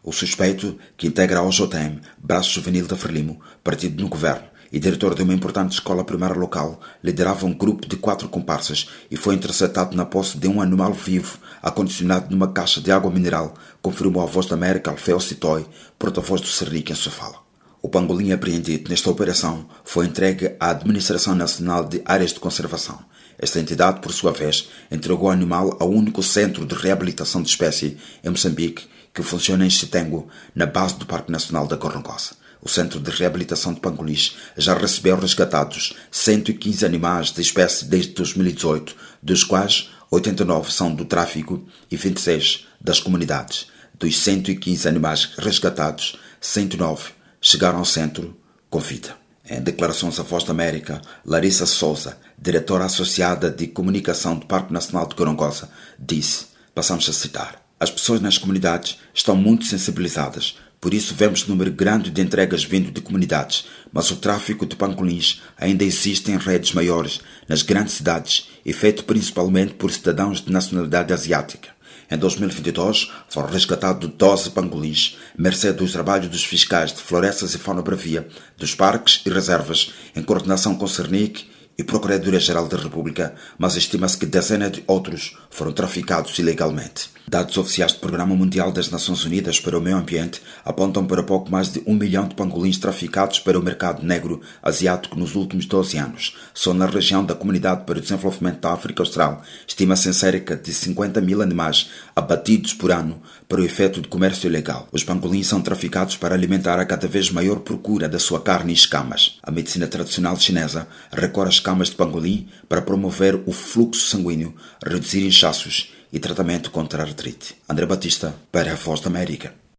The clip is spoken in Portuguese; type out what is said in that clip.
O suspeito, que integra a OJM, braço juvenil da Frelimo, partido no governo, e diretor de uma importante escola primária local, liderava um grupo de 4 comparsas e foi interceptado na posse de um animal vivo acondicionado numa caixa de água mineral, confirmou a Voz da América Alfeu Citoy, porta-voz do Cerrique em sua fala. O pangolim apreendido nesta operação foi entregue à Administração Nacional de Áreas de Conservação. Esta entidade, por sua vez, entregou o animal ao único centro de reabilitação de espécie em Moçambique, que funciona em Chitengo, na base do Parque Nacional da Gorongosa. O Centro de Reabilitação de Pangolins já recebeu resgatados 115 animais de espécie desde 2018, dos quais 89 são do tráfico e 26 das comunidades. Dos 115 animais resgatados, 109 chegaram ao centro com vida. Em declarações à Voz da América, Larissa Souza, diretora associada de comunicação do Parque Nacional de Gorongosa, disse, passamos a citar, as pessoas nas comunidades estão muito sensibilizadas, por isso vemos número grande de entregas vindo de comunidades, mas o tráfico de pangolins ainda existe em redes maiores nas grandes cidades e feito principalmente por cidadãos de nacionalidade asiática. Em 2022, foram resgatados 12 pangolins, mercê dos trabalhos dos fiscais de florestas e fauna bravia, dos parques e reservas, em coordenação com o Cernic e Procuradoria-Geral da República, mas estima-se que dezenas de outros foram traficados ilegalmente. Dados oficiais do Programa Mundial das Nações Unidas para o Meio Ambiente apontam para pouco mais de 1 milhão de pangolins traficados para o mercado negro asiático nos últimos 12 anos. Só na região da Comunidade para o Desenvolvimento da África Austral estima-se em cerca de 50 mil animais abatidos por ano para o efeito de comércio ilegal. Os pangolins são traficados para alimentar a cada vez maior procura da sua carne e escamas. A medicina tradicional chinesa recorre às escamas de pangolim para promover o fluxo sanguíneo, reduzir inchaços e tratamento contra a artrite. André Batista, para a Voz da América.